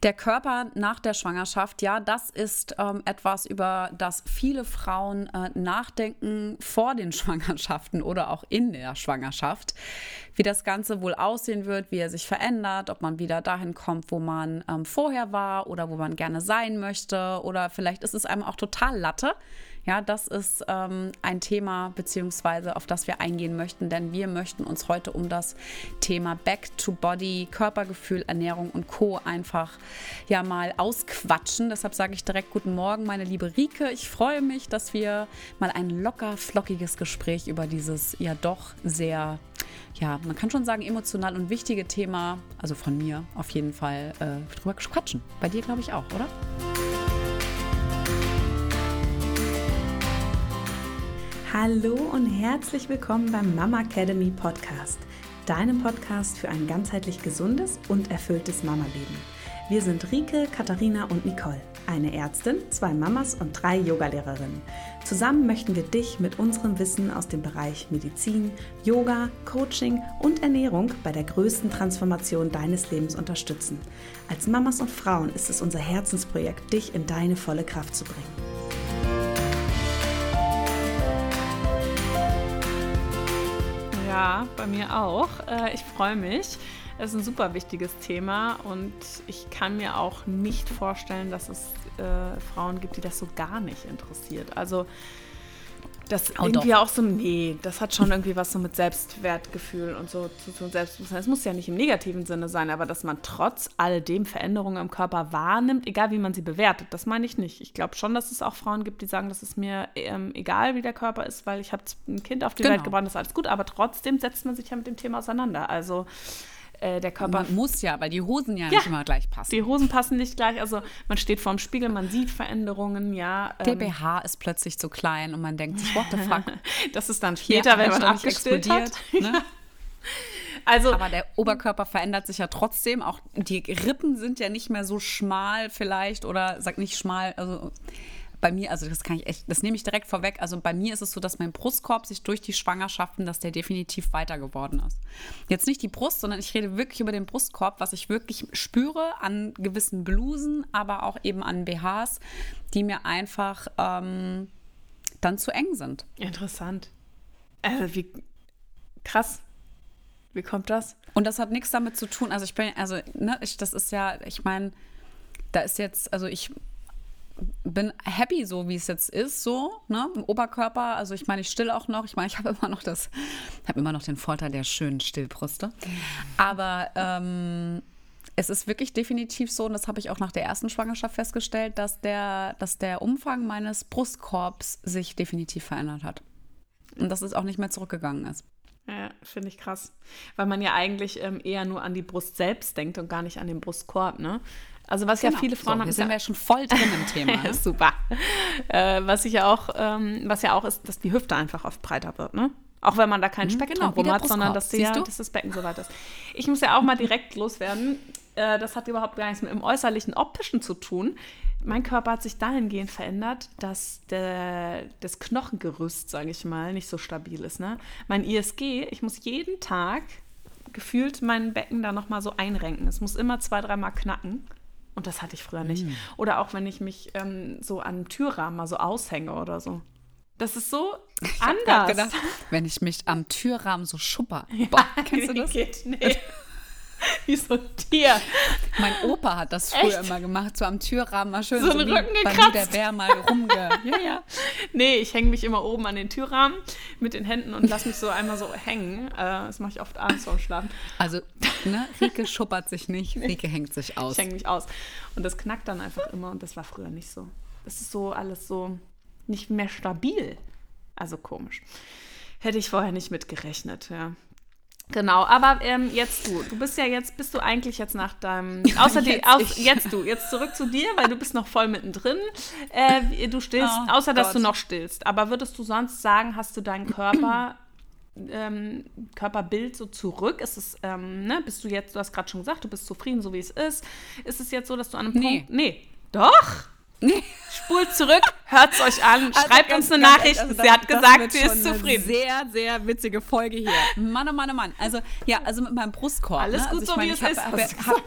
Der Körper nach der Schwangerschaft, ja, das ist etwas, über das viele Frauen nachdenken vor den Schwangerschaften oder auch in der Schwangerschaft. Wie das Ganze wohl aussehen wird, wie er sich verändert, ob man wieder dahin kommt, wo man vorher war oder wo man gerne sein möchte. Oder vielleicht ist es einem auch total Latte. Ja, das ist ein Thema, beziehungsweise auf das wir eingehen möchten, denn wir möchten uns heute um das Thema Back to Body, Körpergefühl, Ernährung und Co. einfach ja mal ausquatschen. Deshalb sage ich direkt guten Morgen, meine liebe Rike. Ich freue mich, dass wir mal ein locker flockiges Gespräch über dieses ja doch sehr, ja, man kann schon sagen emotional und wichtige Thema, also von mir auf jeden Fall drüber quatschen. Bei dir glaube ich auch, oder? Hallo und herzlich willkommen beim Mama Academy Podcast, deinem Podcast für ein ganzheitlich gesundes und erfülltes Mama-Leben. Wir sind Rike, Katharina und Nicole, eine Ärztin, 2 Mamas und 3 Yogalehrerinnen. Zusammen möchten wir dich mit unserem Wissen aus dem Bereich Medizin, Yoga, Coaching und Ernährung bei der größten Transformation deines Lebens unterstützen. Als Mamas und Frauen ist es unser Herzensprojekt, dich in deine volle Kraft zu bringen. Ja, bei mir auch. Ich freue mich. Es ist ein super wichtiges Thema und ich kann mir auch nicht vorstellen, dass es Frauen gibt, die das so gar nicht interessiert. Also das irgendwie auch so, nee, das hat schon irgendwie was so mit Selbstwertgefühl und so zu tun, Selbstbewusstsein. Es muss ja nicht im negativen Sinne sein, aber dass man trotz alledem Veränderungen im Körper wahrnimmt, egal wie man sie bewertet, das meine ich nicht. Ich glaube schon, dass es auch Frauen gibt, die sagen, das ist mir egal, wie der Körper ist, weil ich habe ein Kind auf die Welt gebracht, das ist alles gut, aber trotzdem setzt man sich ja mit dem Thema auseinander. Also der Körper man muss ja, weil die Hosen ja nicht immer gleich passen. Die Hosen passen nicht gleich, also man steht vorm Spiegel, man sieht Veränderungen, ja. Der BH ist plötzlich zu klein und man denkt sich, what the fuck. Das ist dann später, wenn man abgestillt hat. Ne? Also, aber der Oberkörper verändert sich ja trotzdem, auch die Rippen sind ja nicht mehr so schmal vielleicht oder sag nicht schmal, also bei mir, also das nehme ich direkt vorweg, also bei mir ist es so, dass mein Brustkorb sich durch die Schwangerschaften, dass der definitiv weiter geworden ist. Jetzt nicht die Brust, sondern ich rede wirklich über den Brustkorb, was ich wirklich spüre an gewissen Blusen, aber auch eben an BHs, die mir einfach dann zu eng sind. Interessant. Wie krass. Wie kommt das? Und das hat nichts damit zu tun, also das ist ja, ich meine, da ist jetzt, also ich bin happy, so wie es jetzt ist, so, ne, im Oberkörper. Also ich meine, ich still auch noch. Ich meine, ich habe immer noch den Vorteil der schönen Stillbrüste. Aber es ist wirklich definitiv so, und das habe ich auch nach der ersten Schwangerschaft festgestellt, dass der Umfang meines Brustkorbs sich definitiv verändert hat. Und dass es auch nicht mehr zurückgegangen ist. Ja, finde ich krass. Weil man ja eigentlich eher nur an die Brust selbst denkt und gar nicht an den Brustkorb, ne? Also was ja viele Frauen haben. Wir sind ja schon voll drin im Thema. Ne? Super. Was ja auch ist, dass die Hüfte einfach oft breiter wird, ne? Auch wenn man da keinen Speck drum hat, sondern dass das Becken so weit ist. Ich muss ja auch mal direkt loswerden. Das hat überhaupt gar nichts mit dem äußerlichen Optischen zu tun. Mein Körper hat sich dahingehend verändert, dass das Knochengerüst, sage ich mal, nicht so stabil ist. Ne? Mein ISG, ich muss jeden Tag gefühlt mein Becken da nochmal so einrenken. Es muss immer 2-3 Mal knacken. Und das hatte ich früher nicht. Oder auch, wenn ich mich so an einem Türrahmen mal so aushänge oder so. Das ist so anders. Ich hab gedacht, wenn ich mich am Türrahmen so schupper. Boah, kennst du das? Nee. Wie so ein Tier. Mein Opa hat das früher immer gemacht, so am Türrahmen mal schön so einen Rücken gekratzt. Der Bär mal ja. Nee, ich hänge mich immer oben an den Türrahmen mit den Händen und lasse mich so einmal so hängen. Das mache ich oft abends vorm Schlafen. Also, ne, Rike schuppert sich nicht, Rike hängt sich aus. Ich hänge mich aus. Und das knackt dann einfach immer und das war früher nicht so. Das ist so alles so nicht mehr stabil. Also komisch. Hätte ich vorher nicht mitgerechnet, ja. Genau, aber jetzt bist du eigentlich jetzt nach deinem, jetzt zurück zu dir, weil du bist noch voll mittendrin, du stillst, außer dass du noch stillst, aber würdest du sonst sagen, hast du deinen Körperbild so zurück, ist es, bist du jetzt, du hast gerade schon gesagt, du bist zufrieden, so wie es ist es jetzt so, dass du an einem Punkt, doch? Nee. Spult zurück, hört's euch an, schreibt uns eine Nachricht. Sie hat gesagt, sie ist zufrieden. Sehr, sehr witzige Folge hier. Mann, oh Mann, oh Mann. Also mit meinem Brustkorb. Alles gut, so wie es ist, hast du gesagt.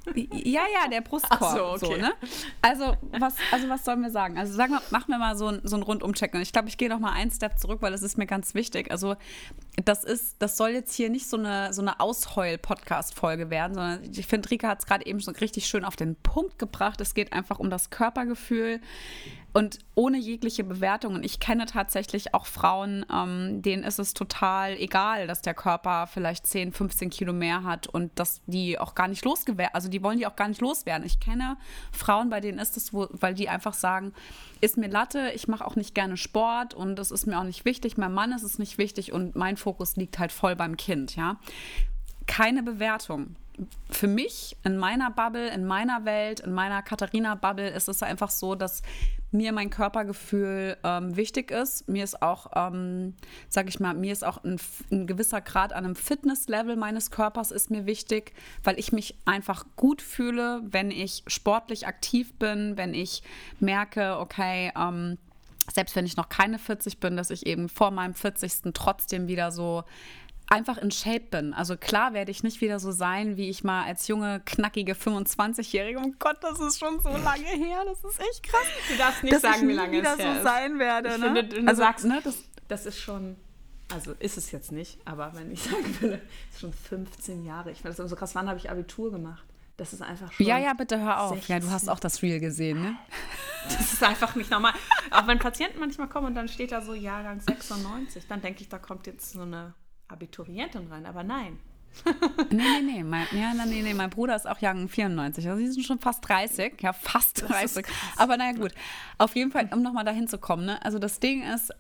Ja, der Brustkorb. Ach so, okay. So, ne? Also was sollen wir sagen? Also machen wir mal so ein Rundumcheck. Und ich glaube, ich gehe noch mal einen Step zurück, weil das ist mir ganz wichtig. Also das soll jetzt hier nicht so eine Ausheul-Podcast-Folge werden, sondern ich finde, Rika hat es gerade eben schon richtig schön auf den Punkt gebracht. Es geht einfach um das Körpergefühl. Und ohne jegliche Bewertung. Und ich kenne tatsächlich auch Frauen, denen ist es total egal, dass der Körper vielleicht 10, 15 Kilo mehr hat und dass die auch gar nicht also die wollen die auch gar nicht loswerden. Ich kenne Frauen, bei denen ist es, weil die einfach sagen, ist mir Latte, ich mache auch nicht gerne Sport und das ist mir auch nicht wichtig, mein Mann ist es nicht wichtig und mein Fokus liegt halt voll beim Kind, ja. Keine Bewertung. Für mich, in meiner Bubble, in meiner Welt, in meiner Katharina-Bubble ist es einfach so, dass mir mein Körpergefühl wichtig ist. Mir ist auch, sage ich mal, mir ist auch ein gewisser Grad an einem Fitnesslevel meines Körpers ist mir wichtig, weil ich mich einfach gut fühle, wenn ich sportlich aktiv bin, wenn ich merke, okay, selbst wenn ich noch keine 40 bin, dass ich eben vor meinem 40. trotzdem wieder so einfach in Shape bin. Also klar werde ich nicht wieder so sein, wie ich mal als junge, knackige 25-Jährige, oh Gott, das ist schon so lange her, das ist echt krass. Du darfst nicht sagen, wie lange es her ist. Dass ich wieder so sein werde. Ich ne? finde, du sagst, ne, das ist schon, also ist es jetzt nicht, aber wenn ich sagen will, ist schon 15 Jahre. Ich finde das immer so krass, wann habe ich Abitur gemacht? Das ist einfach schon Ja, bitte hör auf. 16. Ja, du hast auch das Reel gesehen, ne? Das ist einfach nicht normal. Auch wenn Patienten manchmal kommen und dann steht da so Jahrgang 96, dann denke ich, da kommt jetzt so eine Abiturientin rein, aber nein. Nee. Mein Bruder ist auch Jahrgang 94, also sie sind schon fast 30. Ja, fast 30. Aber naja, gut. Auf jeden Fall, um nochmal dahin zu kommen, ne? Also das Ding ist,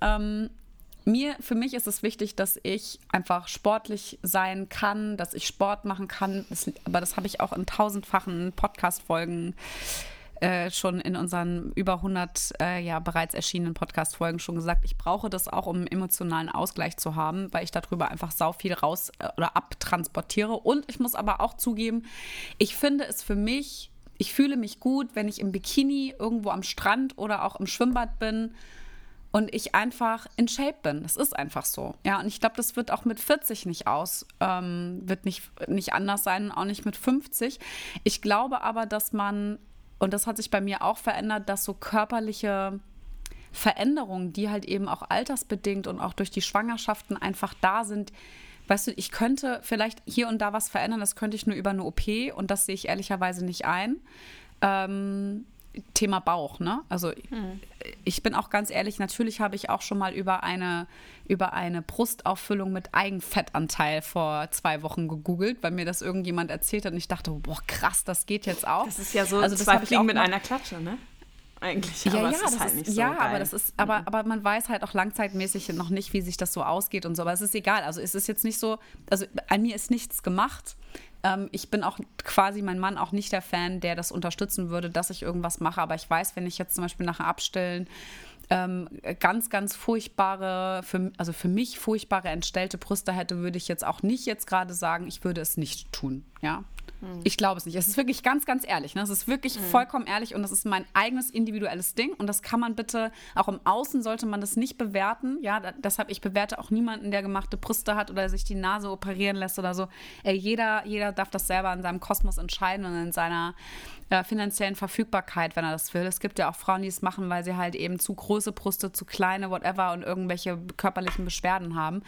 für mich ist es wichtig, dass ich einfach sportlich sein kann, dass ich Sport machen kann. Aber das habe ich auch in 1000-fachen Podcast-Folgen schon in unseren über 100 bereits erschienenen Podcast-Folgen schon gesagt. Ich brauche das auch, um einen emotionalen Ausgleich zu haben, weil ich darüber einfach sau viel raus oder abtransportiere. Und ich muss aber auch zugeben, ich finde es für mich, ich fühle mich gut, wenn ich im Bikini irgendwo am Strand oder auch im Schwimmbad bin und ich einfach in Shape bin. Das ist einfach so. Ja, und ich glaube, das wird auch mit 40 wird nicht anders sein, auch nicht mit 50. Ich glaube aber, dass man, und das hat sich bei mir auch verändert, dass so körperliche Veränderungen, die halt eben auch altersbedingt und auch durch die Schwangerschaften einfach da sind. Weißt du, ich könnte vielleicht hier und da was verändern, das könnte ich nur über eine OP und das sehe ich ehrlicherweise nicht ein. Thema Bauch, ne? Also ich bin auch ganz ehrlich, natürlich habe ich auch schon mal über eine Brustauffüllung mit Eigenfettanteil vor 2 Wochen gegoogelt, weil mir das irgendjemand erzählt hat und ich dachte, boah, krass, das geht jetzt auch. Das ist ja so, also 2 Fliegen mit einer Klatsche, ne? Eigentlich, aber es ist halt nicht so geil. Aber das ist, aber man weiß halt auch langzeitmäßig noch nicht, wie sich das so ausgeht und so, aber es ist egal. Also es ist jetzt nicht so, also an mir ist nichts gemacht. Ich bin auch quasi, mein Mann, auch nicht der Fan, der das unterstützen würde, dass ich irgendwas mache. Aber ich weiß, wenn ich jetzt zum Beispiel nachher Abstillen ganz, ganz furchtbare, für mich furchtbare entstellte Brüste hätte, würde ich jetzt auch nicht jetzt gerade sagen, ich würde es nicht tun. Ja. Ich glaube es nicht. Es ist wirklich ganz, ganz ehrlich. Ne? Es ist wirklich vollkommen ehrlich und das ist mein eigenes individuelles Ding und das kann man bitte, auch im Außen sollte man das nicht bewerten. Ja, deshalb, ich bewerte auch niemanden, der gemachte Brüste hat oder sich die Nase operieren lässt oder so. Jeder darf das selber in seinem Kosmos entscheiden und in seiner finanziellen Verfügbarkeit, wenn er das will. Es gibt ja auch Frauen, die es machen, weil sie halt eben zu große Brüste, zu kleine, whatever und irgendwelche körperlichen Beschwerden haben.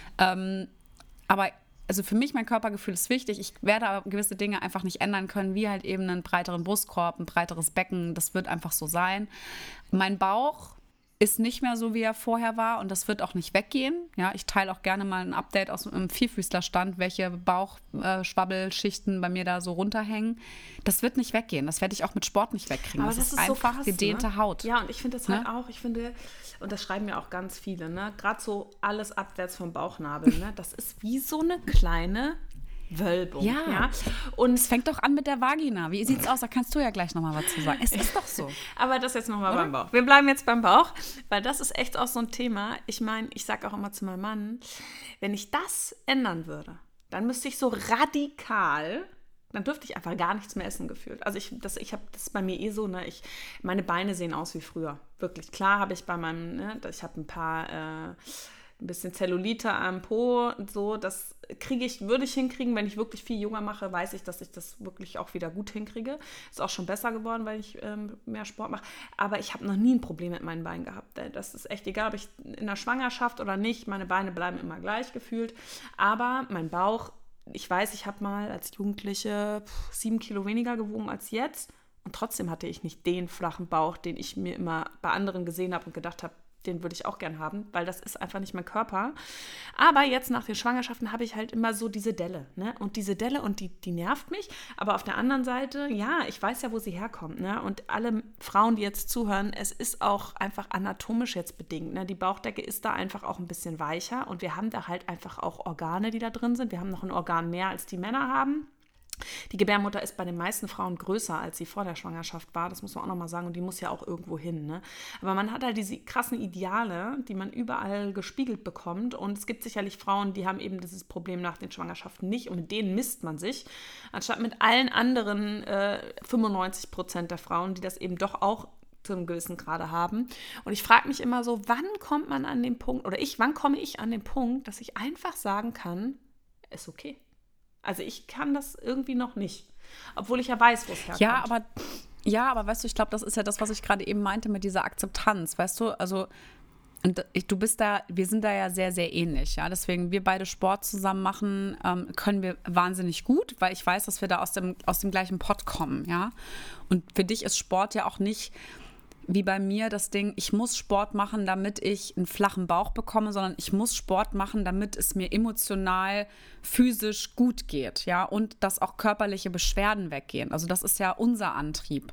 Aber also für mich, mein Körpergefühl ist wichtig. Ich werde aber gewisse Dinge einfach nicht ändern können, wie halt eben einen breiteren Brustkorb, ein breiteres Becken. Das wird einfach so sein. Mein Bauch ist nicht mehr so, wie er vorher war und das wird auch nicht weggehen. Ja, ich teile auch gerne mal ein Update aus dem Vierfüßlerstand, welche Bauchschwabbelschichten bei mir da so runterhängen. Das wird nicht weggehen. Das werde ich auch mit Sport nicht wegkriegen. Aber das ist so einfach krass, gedehnte ne? Haut. Ja, und ich finde das halt auch, und das schreiben ja auch ganz viele, ne? Gerade so alles abwärts vom Bauchnabel, ne? Das ist wie so eine kleine Wölbung. Ja. Und es fängt doch an mit der Vagina. Wie sieht's aus? Da kannst du ja gleich nochmal was zu sagen. Es ist doch so. Aber das jetzt nochmal beim Bauch. Wir bleiben jetzt beim Bauch, weil das ist echt auch so ein Thema. Ich meine, ich sage auch immer zu meinem Mann, wenn ich das ändern würde, dann müsste ich so radikal, dann dürfte ich einfach gar nichts mehr essen gefühlt. Also das ist bei mir so, ne? Meine Beine sehen aus wie früher. Wirklich. Klar habe ich bei meinem, ne, ich habe ein bisschen Zellulite am Po und so, das würde ich hinkriegen, wenn ich wirklich viel Yoga mache, weiß ich, dass ich das wirklich auch wieder gut hinkriege. Ist auch schon besser geworden, weil ich mehr Sport mache. Aber ich habe noch nie ein Problem mit meinen Beinen gehabt. Das ist echt egal, ob ich in der Schwangerschaft oder nicht. Meine Beine bleiben immer gleich gefühlt. Aber mein Bauch, ich weiß, ich habe mal als Jugendliche 7 Kilo weniger gewogen als jetzt. Und trotzdem hatte ich nicht den flachen Bauch, den ich mir immer bei anderen gesehen habe und gedacht habe, den würde ich auch gern haben, weil das ist einfach nicht mein Körper. Aber jetzt nach den Schwangerschaften habe ich halt immer so diese Delle. Ne? Und diese Delle, und die nervt mich. Aber auf der anderen Seite, ja, ich weiß ja, wo sie herkommt. Ne? Und alle Frauen, die jetzt zuhören, es ist auch einfach anatomisch jetzt bedingt. Ne? Die Bauchdecke ist da einfach auch ein bisschen weicher. Und wir haben da halt einfach auch Organe, die da drin sind. Wir haben noch ein Organ mehr, als die Männer haben. Die Gebärmutter ist bei den meisten Frauen größer, als sie vor der Schwangerschaft war. Das muss man auch nochmal sagen. Und die muss ja auch irgendwo hin. Ne? Aber man hat halt diese krassen Ideale, die man überall gespiegelt bekommt. Und es gibt sicherlich Frauen, die haben eben dieses Problem nach den Schwangerschaften nicht. Und mit denen misst man sich. Anstatt mit allen anderen 95% der Frauen, die das eben doch auch zu einem gewissen Grade haben. Und ich frage mich immer so, wann komme ich an den Punkt, dass ich einfach sagen kann, ist okay. Also ich kann das irgendwie noch nicht, obwohl ich ja weiß, wo es herkommt. Ja, aber weißt du, ich glaube, das ist ja das, was ich gerade eben meinte mit dieser Akzeptanz, weißt du, also wir sind da ja sehr, sehr ähnlich, ja, deswegen wir beide Sport zusammen machen, können wir wahnsinnig gut, weil ich weiß, dass wir da aus dem gleichen Pott kommen, ja, und für dich ist Sport ja auch nicht wie bei mir das Ding, ich muss Sport machen, damit ich einen flachen Bauch bekomme, sondern ich muss Sport machen, damit es mir emotional, physisch gut geht, ja, und dass auch körperliche Beschwerden weggehen. Also das ist ja unser Antrieb.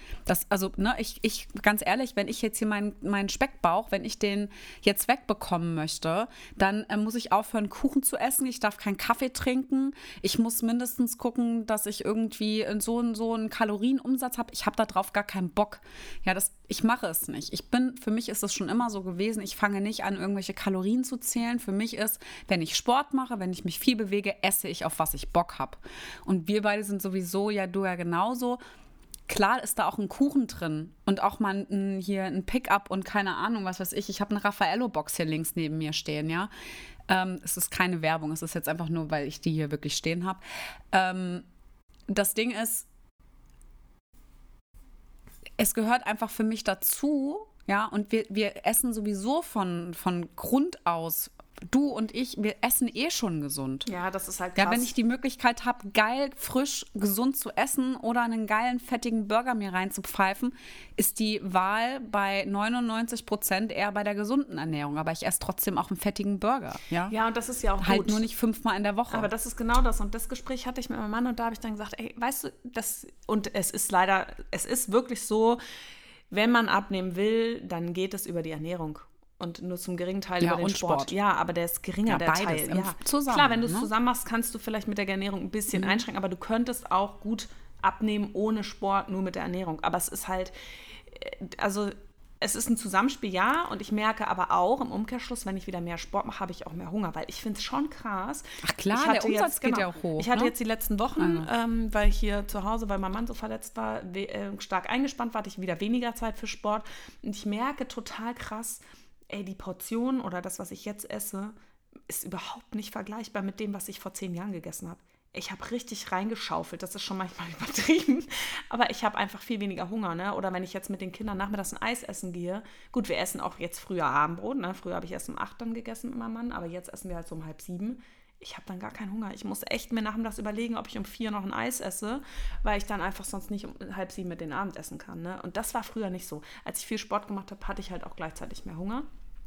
Ich ganz ehrlich, wenn ich jetzt hier meinen Speckbauch, wenn ich den jetzt wegbekommen möchte, dann muss ich aufhören, Kuchen zu essen. Ich darf keinen Kaffee trinken. Ich muss mindestens gucken, dass ich irgendwie so einen Kalorienumsatz habe. Ich habe darauf gar keinen Bock. Ja, ich mache es nicht. Für mich ist es schon immer so gewesen, ich fange nicht an, irgendwelche Kalorien zu zählen. Für mich ist, wenn ich Sport mache, wenn ich mich viel bewege, esse ich, auf was ich Bock habe. Und wir beide sind sowieso, ja, du ja genauso. Klar ist da auch ein Kuchen drin und auch mal ein Pickup und keine Ahnung, was weiß ich. Ich habe eine Raffaello-Box hier links neben mir stehen, ja. Es ist keine Werbung, es ist jetzt einfach nur, weil ich die hier wirklich stehen habe. Das Ding ist, es gehört einfach für mich dazu, ja, und wir essen sowieso von Grund aus. Du und ich, wir essen schon gesund. Ja, das ist halt krass. Ja, wenn ich die Möglichkeit habe, geil, frisch, gesund zu essen oder einen geilen, fettigen Burger mir reinzupfeifen, ist die Wahl bei 99% eher bei der gesunden Ernährung. Aber ich esse trotzdem auch einen fettigen Burger. Ja, ja, und das ist ja auch halt gut. Nur nicht 5-mal in der Woche. Aber das ist genau das. Und das Gespräch hatte ich mit meinem Mann und da habe ich dann gesagt, ey, weißt du, es ist wirklich so, wenn man abnehmen will, dann geht es über die Ernährung. Und nur zum geringen Teil über den Sport. Ja, aber der ist geringer, ja, der beides, Teil. Ja. Zusammen, klar, wenn du es zusammen machst, kannst du vielleicht mit der Ernährung ein bisschen einschränken, aber du könntest auch gut abnehmen ohne Sport, nur mit der Ernährung. Aber es ist halt, also es ist ein Zusammenspiel, ja, und ich merke aber auch im Umkehrschluss, wenn ich wieder mehr Sport mache, habe ich auch mehr Hunger, weil ich finde es schon krass. Ach klar, der Umsatz geht ja auch hoch. Ich hatte jetzt die letzten Wochen, weil ich hier zu Hause, weil mein Mann so verletzt war, stark eingespannt war, hatte ich wieder weniger Zeit für Sport. Und ich merke total krass, die Portion oder das, was ich jetzt esse, ist überhaupt nicht vergleichbar mit dem, was ich vor 10 Jahren gegessen habe. Ich habe richtig reingeschaufelt, das ist schon manchmal übertrieben, aber ich habe einfach viel weniger Hunger, ne? Oder wenn ich jetzt mit den Kindern nachmittags ein Eis essen gehe, gut, wir essen auch jetzt früher Abendbrot, ne? Früher habe ich erst um 8 dann gegessen mit meinem Mann, aber jetzt essen wir halt so um 6:30. Ich habe dann gar keinen Hunger. Ich muss echt mir nachmittags überlegen, ob ich um 4 noch ein Eis esse, weil ich dann einfach sonst nicht um 6:30 mit den Abend essen kann, ne? Und das war früher nicht so. Als ich viel Sport gemacht habe, hatte ich halt auch gleichzeitig mehr Hunger.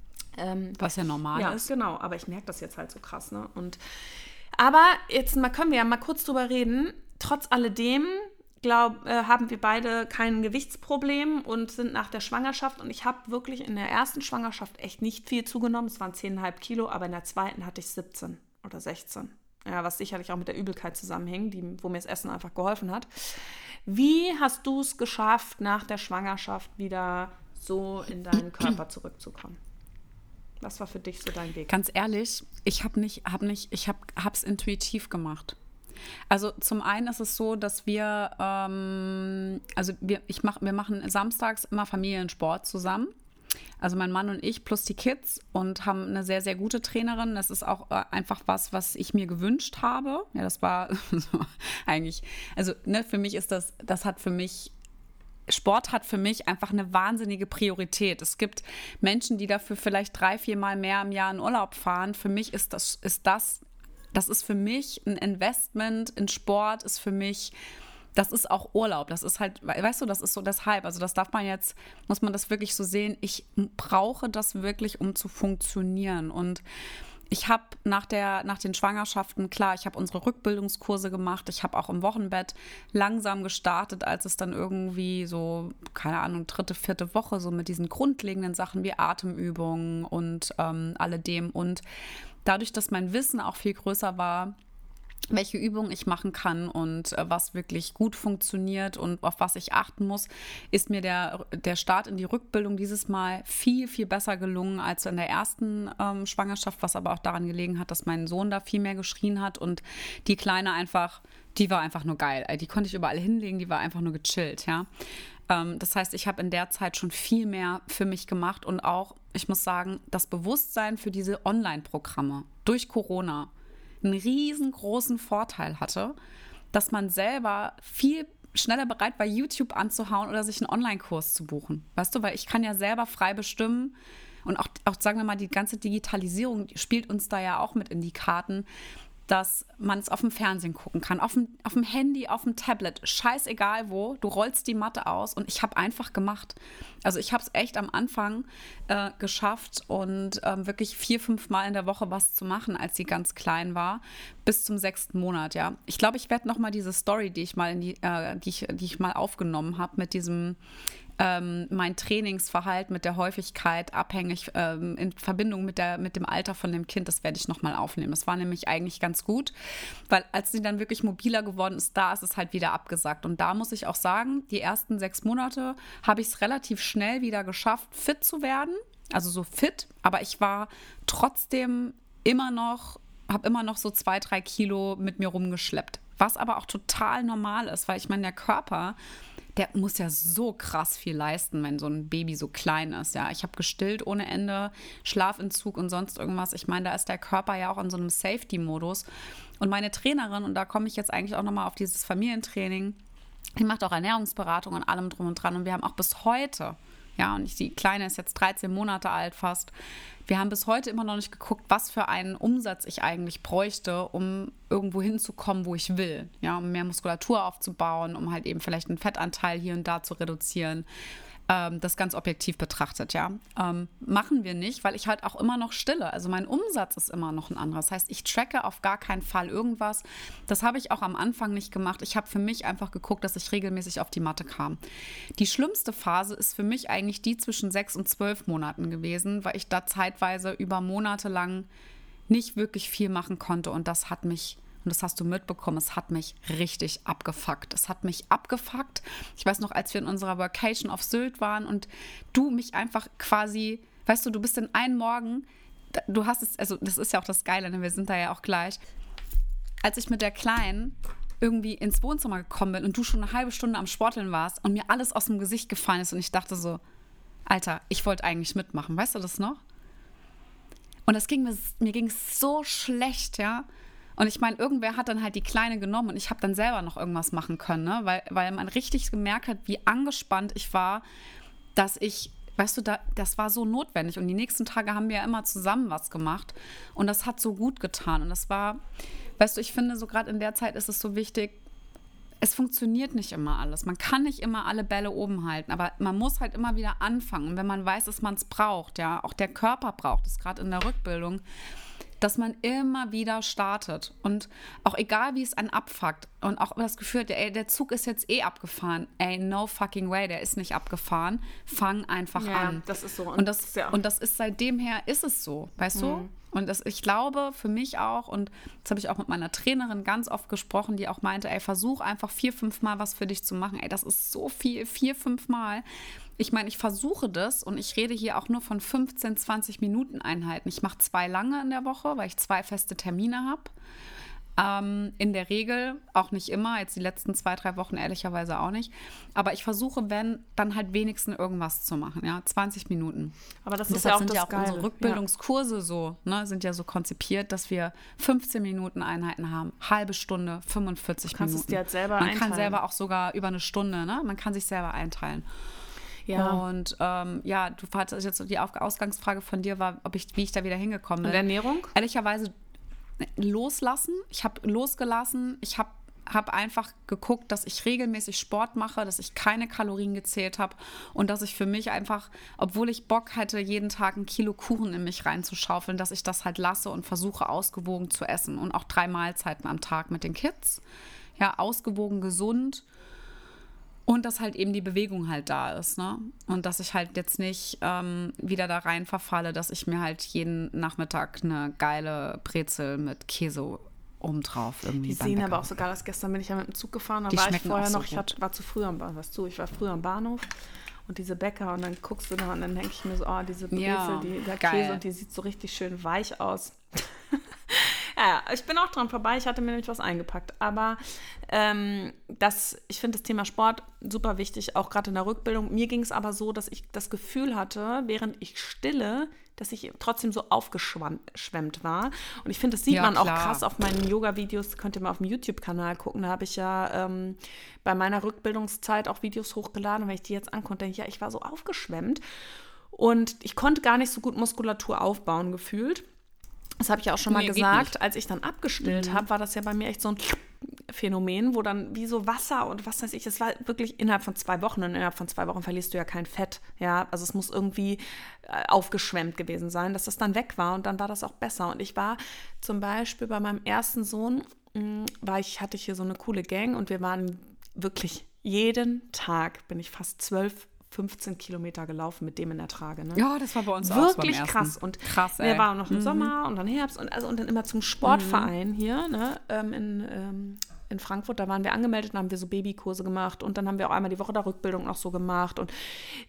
Was ja normal ist. Ja, genau, aber ich merke das jetzt halt so krass, ne? Aber jetzt können wir ja mal kurz drüber reden. Trotz alledem, haben wir beide kein Gewichtsproblem und sind nach der Schwangerschaft. Und ich habe wirklich in der ersten Schwangerschaft echt nicht viel zugenommen. Es waren 10,5 Kilo, aber in der zweiten hatte ich 17 oder 16. Ja, was sicherlich auch mit der Übelkeit zusammenhängt, wo mir das Essen einfach geholfen hat. Wie hast du es geschafft, nach der Schwangerschaft wieder so in deinen Körper zurückzukommen? Was war für dich so dein Weg? Ganz ehrlich, ich habe es intuitiv gemacht. Also zum einen ist es so, dass wir machen samstags immer Familiensport zusammen. Also mein Mann und ich plus die Kids und haben eine sehr, sehr gute Trainerin. Das ist auch einfach was ich mir gewünscht habe. Ja, das war so eigentlich, also ne, für mich ist Sport hat für mich einfach eine wahnsinnige Priorität. Es gibt Menschen, die dafür vielleicht 3-4 Mal mehr im Jahr in Urlaub fahren. Für mich ist das ist für mich ein Investment in Sport, ist für mich, das ist auch Urlaub. Das ist halt, weißt du, das ist so deshalb. Also das muss man das wirklich so sehen. Ich brauche das wirklich, um zu funktionieren. Und ich habe nach den Schwangerschaften, klar, ich habe unsere Rückbildungskurse gemacht. Ich habe auch im Wochenbett langsam gestartet, als es dann irgendwie so, keine Ahnung, 3., 4. Woche, so mit diesen grundlegenden Sachen wie Atemübungen und alledem. Und dadurch, dass mein Wissen auch viel größer war, welche Übungen ich machen kann und was wirklich gut funktioniert und auf was ich achten muss, ist mir der Start in die Rückbildung dieses Mal viel, viel besser gelungen als in der ersten Schwangerschaft, was aber auch daran gelegen hat, dass mein Sohn da viel mehr geschrien hat und die Kleine die war einfach nur geil. Die konnte ich überall hinlegen, die war einfach nur gechillt, ja. Das heißt, ich habe in der Zeit schon viel mehr für mich gemacht und auch, ich muss sagen, das Bewusstsein für diese Online-Programme durch Corona einen riesengroßen Vorteil hatte, dass man selber viel schneller bereit war, YouTube anzuhauen oder sich einen Online-Kurs zu buchen. Weißt du, weil ich kann ja selber frei bestimmen und auch sagen wir mal, die ganze Digitalisierung spielt uns da ja auch mit in die Karten, dass man es auf dem Fernsehen gucken kann, auf dem Handy, auf dem Tablet, scheißegal wo, du rollst die Matte aus und ich habe einfach gemacht. Also ich habe es echt am Anfang geschafft und wirklich 4-5 Mal in der Woche was zu machen, als sie ganz klein war, bis zum 6. Monat, ja. Ich glaube, ich werde nochmal diese Story, die ich mal die ich mal aufgenommen habe, mit diesem mein Trainingsverhalten mit der Häufigkeit abhängig in Verbindung mit dem Alter von dem Kind, das werde ich nochmal aufnehmen. Das war nämlich eigentlich ganz gut, weil als sie dann wirklich mobiler geworden ist, da ist es halt wieder abgesackt. Und da muss ich auch sagen, die ersten 6 Monate habe ich es relativ schnell wieder geschafft, fit zu werden. Also so fit, aber ich war trotzdem habe immer noch so 2-3 Kilo mit mir rumgeschleppt. Was aber auch total normal ist, weil ich meine, der Körper, der muss ja so krass viel leisten, wenn so ein Baby so klein ist. Ja, ich habe gestillt ohne Ende, Schlafentzug und sonst irgendwas. Ich meine, da ist der Körper ja auch in so einem Safety-Modus. Und meine Trainerin, und da komme ich jetzt eigentlich auch nochmal auf dieses Familientraining, die macht auch Ernährungsberatung und allem drum und dran. Und wir haben auch bis heute, ja, und die Kleine ist jetzt 13 Monate alt fast, wir haben bis heute immer noch nicht geguckt, was für einen Umsatz ich eigentlich bräuchte, um irgendwo hinzukommen, wo ich will. Ja, um mehr Muskulatur aufzubauen, um halt eben vielleicht einen Fettanteil hier und da zu reduzieren. Das ganz objektiv betrachtet, ja. Machen wir nicht, weil ich halt auch immer noch stille. Also mein Umsatz ist immer noch ein anderer. Das heißt, ich tracke auf gar keinen Fall irgendwas. Das habe ich auch am Anfang nicht gemacht. Ich habe für mich einfach geguckt, dass ich regelmäßig auf die Matte kam. Die schlimmste Phase ist für mich eigentlich die zwischen 6 und 12 Monaten gewesen, weil ich da zeitweise über Monate lang nicht wirklich viel machen konnte. Und das hat mich... Und das hast du mitbekommen, es hat mich richtig abgefuckt. Es hat mich abgefuckt. Ich weiß noch, als wir in unserer Vacation auf Sylt waren und du mich einfach quasi, weißt du, du bist in einem Morgen, du hast es, also das ist ja auch das Geile, ne? Wir sind da ja auch gleich. Als ich mit der Kleinen irgendwie ins Wohnzimmer gekommen bin und du schon eine halbe Stunde am Sporteln warst und mir alles aus dem Gesicht gefallen ist und ich dachte so, Alter, ich wollte eigentlich mitmachen. Weißt du das noch? Und mir ging es so schlecht, ja. Und ich meine, irgendwer hat dann halt die Kleine genommen und ich habe dann selber noch irgendwas machen können, ne? Weil man richtig gemerkt hat, wie angespannt ich war, dass ich, weißt du, das war so notwendig. Und die nächsten Tage haben wir ja immer zusammen was gemacht und das hat so gut getan. Und das war, weißt du, ich finde, so gerade in der Zeit ist es so wichtig, es funktioniert nicht immer alles. Man kann nicht immer alle Bälle oben halten, aber man muss halt immer wieder anfangen. Und wenn man weiß, dass man es braucht, ja, auch der Körper braucht es, gerade in der Rückbildung, dass man immer wieder startet und auch egal, wie es einen abfuckt und auch das Gefühl, der Zug ist jetzt abgefahren. Ey, no fucking way, der ist nicht abgefahren. Fang einfach an. Das ist so. Und das ist seitdem her, ist es so, weißt du? Und ich glaube für mich auch, und das habe ich auch mit meiner Trainerin ganz oft gesprochen, die auch meinte, ey, versuch einfach 4-5 Mal was für dich zu machen. Ey, das ist so viel, 4-5 Mal. Ich meine, ich versuche das und ich rede hier auch nur von 15-20 Minuten Einheiten. Ich mache 2 lange in der Woche, weil ich 2 feste Termine habe. In der Regel, auch nicht immer, jetzt die letzten 2-3 Wochen ehrlicherweise auch nicht. Aber ich versuche, wenn, dann halt wenigstens irgendwas zu machen, ja, 20 Minuten. Aber das ist ja auch sind das ja auch Geile. unsere Rückbildungskurse so, ne, sind ja so konzipiert, dass wir 15 Minuten Einheiten haben, halbe Stunde, 45 kannst Minuten. es dir halt selber Man einteilen. kann selber auch sogar über eine Stunde, ne, man kann sich selber einteilen. Ja. Und ja, du hattest jetzt so die Ausgangsfrage von dir war, wie ich da wieder hingekommen bin. Und Ernährung? Ehrlicherweise loslassen. Ich habe losgelassen. Ich habe einfach geguckt, dass ich regelmäßig Sport mache, dass ich keine Kalorien gezählt habe und dass ich für mich einfach, obwohl ich Bock hätte, jeden Tag 1 Kilo Kuchen in mich reinzuschaufeln, dass ich das halt lasse und versuche, ausgewogen zu essen und auch 3 Mahlzeiten am Tag mit den Kids. Ja, ausgewogen, gesund. Und dass halt eben die Bewegung halt da ist, ne? Und dass ich halt jetzt nicht wieder da rein verfalle, dass ich mir halt jeden Nachmittag eine geile Brezel mit Käse obendrauf irgendwie Die sehen aber auch so geil aus. Gestern bin ich ja mit dem Zug gefahren, da war ich vorher noch, war zu früh am Bahnhof, ich war früher am Bahnhof und diese Bäcker und dann guckst du da und dann denke ich mir so, oh, diese Brezel, der Käse und die sieht so richtig schön weich aus. Ja, ich bin auch dran vorbei. Ich hatte mir nämlich was eingepackt. Aber ich finde das Thema Sport super wichtig, auch gerade in der Rückbildung. Mir ging es aber so, dass ich das Gefühl hatte, während ich stille, dass ich trotzdem so aufgeschwemmt war. Und ich finde, das sieht man auch krass auf meinen Yoga-Videos. Könnt ihr mal auf dem YouTube-Kanal gucken. Da habe ich ja bei meiner Rückbildungszeit auch Videos hochgeladen. Und wenn ich die jetzt angucke, denke ich, ja, ich war so aufgeschwemmt. Und ich konnte gar nicht so gut Muskulatur aufbauen gefühlt. Das habe ich ja auch schon mal gesagt. Als ich dann abgestillt habe, war das ja bei mir echt so ein Phänomen, wo dann wie so Wasser und was weiß ich, das war wirklich innerhalb von 2 Wochen und innerhalb von 2 Wochen verlierst du ja kein Fett, ja, also es muss irgendwie aufgeschwemmt gewesen sein, dass das dann weg war und dann war das auch besser und ich war zum Beispiel bei meinem ersten Sohn, hatte ich hier so eine coole Gang und wir waren wirklich jeden Tag, bin ich fast 15 Kilometer gelaufen mit dem in der Trage. Ne? Ja, das war bei uns auch wirklich krass. Und krass, wir waren noch im Sommer und dann Herbst und dann immer zum Sportverein hier, ne, in Frankfurt, da waren wir angemeldet, dann haben wir so Babykurse gemacht und dann haben wir auch einmal die Woche da Rückbildung noch so gemacht und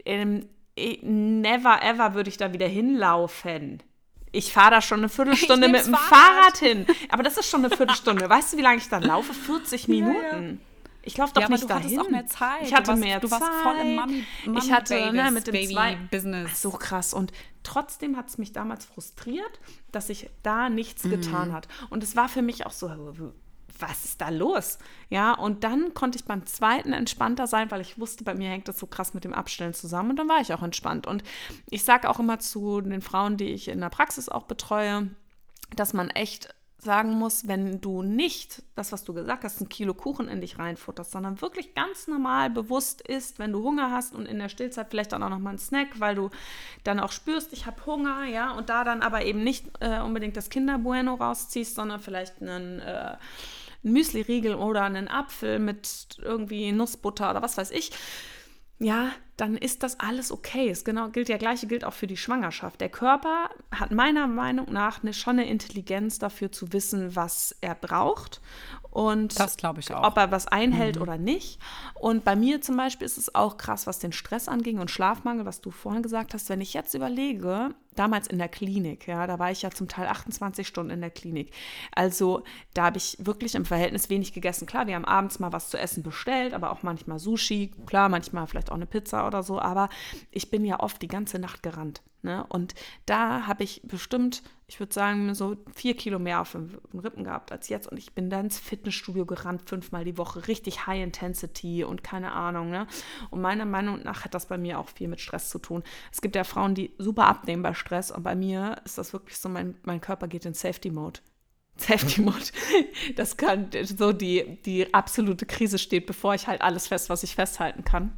never ever würde ich da wieder hinlaufen. Ich fahre da schon eine Viertelstunde mit dem Fahrrad hin. Aber das ist schon eine Viertelstunde. Weißt du, wie lange ich da laufe? 40 Minuten. Ja. Ich laufe doch nicht dahin. Du hattest auch mehr Zeit. Ich hatte mehr Zeit. Du warst voll im Mami ich hatte Babys, mit dem Baby-Business. So krass. Und trotzdem hat es mich damals frustriert, dass sich da nichts getan hat. Und es war für mich auch so, was ist da los? Ja, und dann konnte ich beim zweiten entspannter sein, weil ich wusste, bei mir hängt das so krass mit dem Abstellen zusammen. Und dann war ich auch entspannt. Und ich sage auch immer zu den Frauen, die ich in der Praxis auch betreue, dass man echt sagen muss, wenn du nicht das, was du gesagt hast, 1 Kilo Kuchen in dich reinfutterst, sondern wirklich ganz normal bewusst isst, wenn du Hunger hast und in der Stillzeit vielleicht dann auch noch mal einen Snack, weil du dann auch spürst, ich habe Hunger, ja, und da dann aber eben nicht unbedingt das Kinder-Bueno rausziehst, sondern vielleicht einen Müsli-Riegel oder einen Apfel mit irgendwie Nussbutter oder was weiß ich, ja, dann ist das alles okay. Es gilt auch für die Schwangerschaft. Der Körper hat meiner Meinung nach schon eine Intelligenz dafür zu wissen, was er braucht und das glaube ich auch. Ob er was einhält oder nicht. Und bei mir zum Beispiel ist es auch krass, was den Stress anging und Schlafmangel, was du vorhin gesagt hast. Wenn ich jetzt überlege, damals in der Klinik, ja, da war ich ja zum Teil 28 Stunden in der Klinik. Also da habe ich wirklich im Verhältnis wenig gegessen. Klar, wir haben abends mal was zu essen bestellt, aber auch manchmal Sushi. Klar, manchmal vielleicht auch eine Pizza oder so. Aber ich bin ja oft die ganze Nacht gerannt. Ne? Und da habe ich bestimmt, ich würde sagen, so 4 Kilo mehr auf den Rippen gehabt als jetzt. Und ich bin dann ins Fitnessstudio gerannt, 5-mal die Woche, richtig High Intensity und keine Ahnung. Ne? Und meiner Meinung nach hat das bei mir auch viel mit Stress zu tun. Es gibt ja Frauen, die super abnehmen bei Stress. Und bei mir ist das wirklich so, mein Körper geht in Safety Mode. Safety Mode. Das kann so die absolute Krise steht, bevor ich halt alles was ich festhalten kann.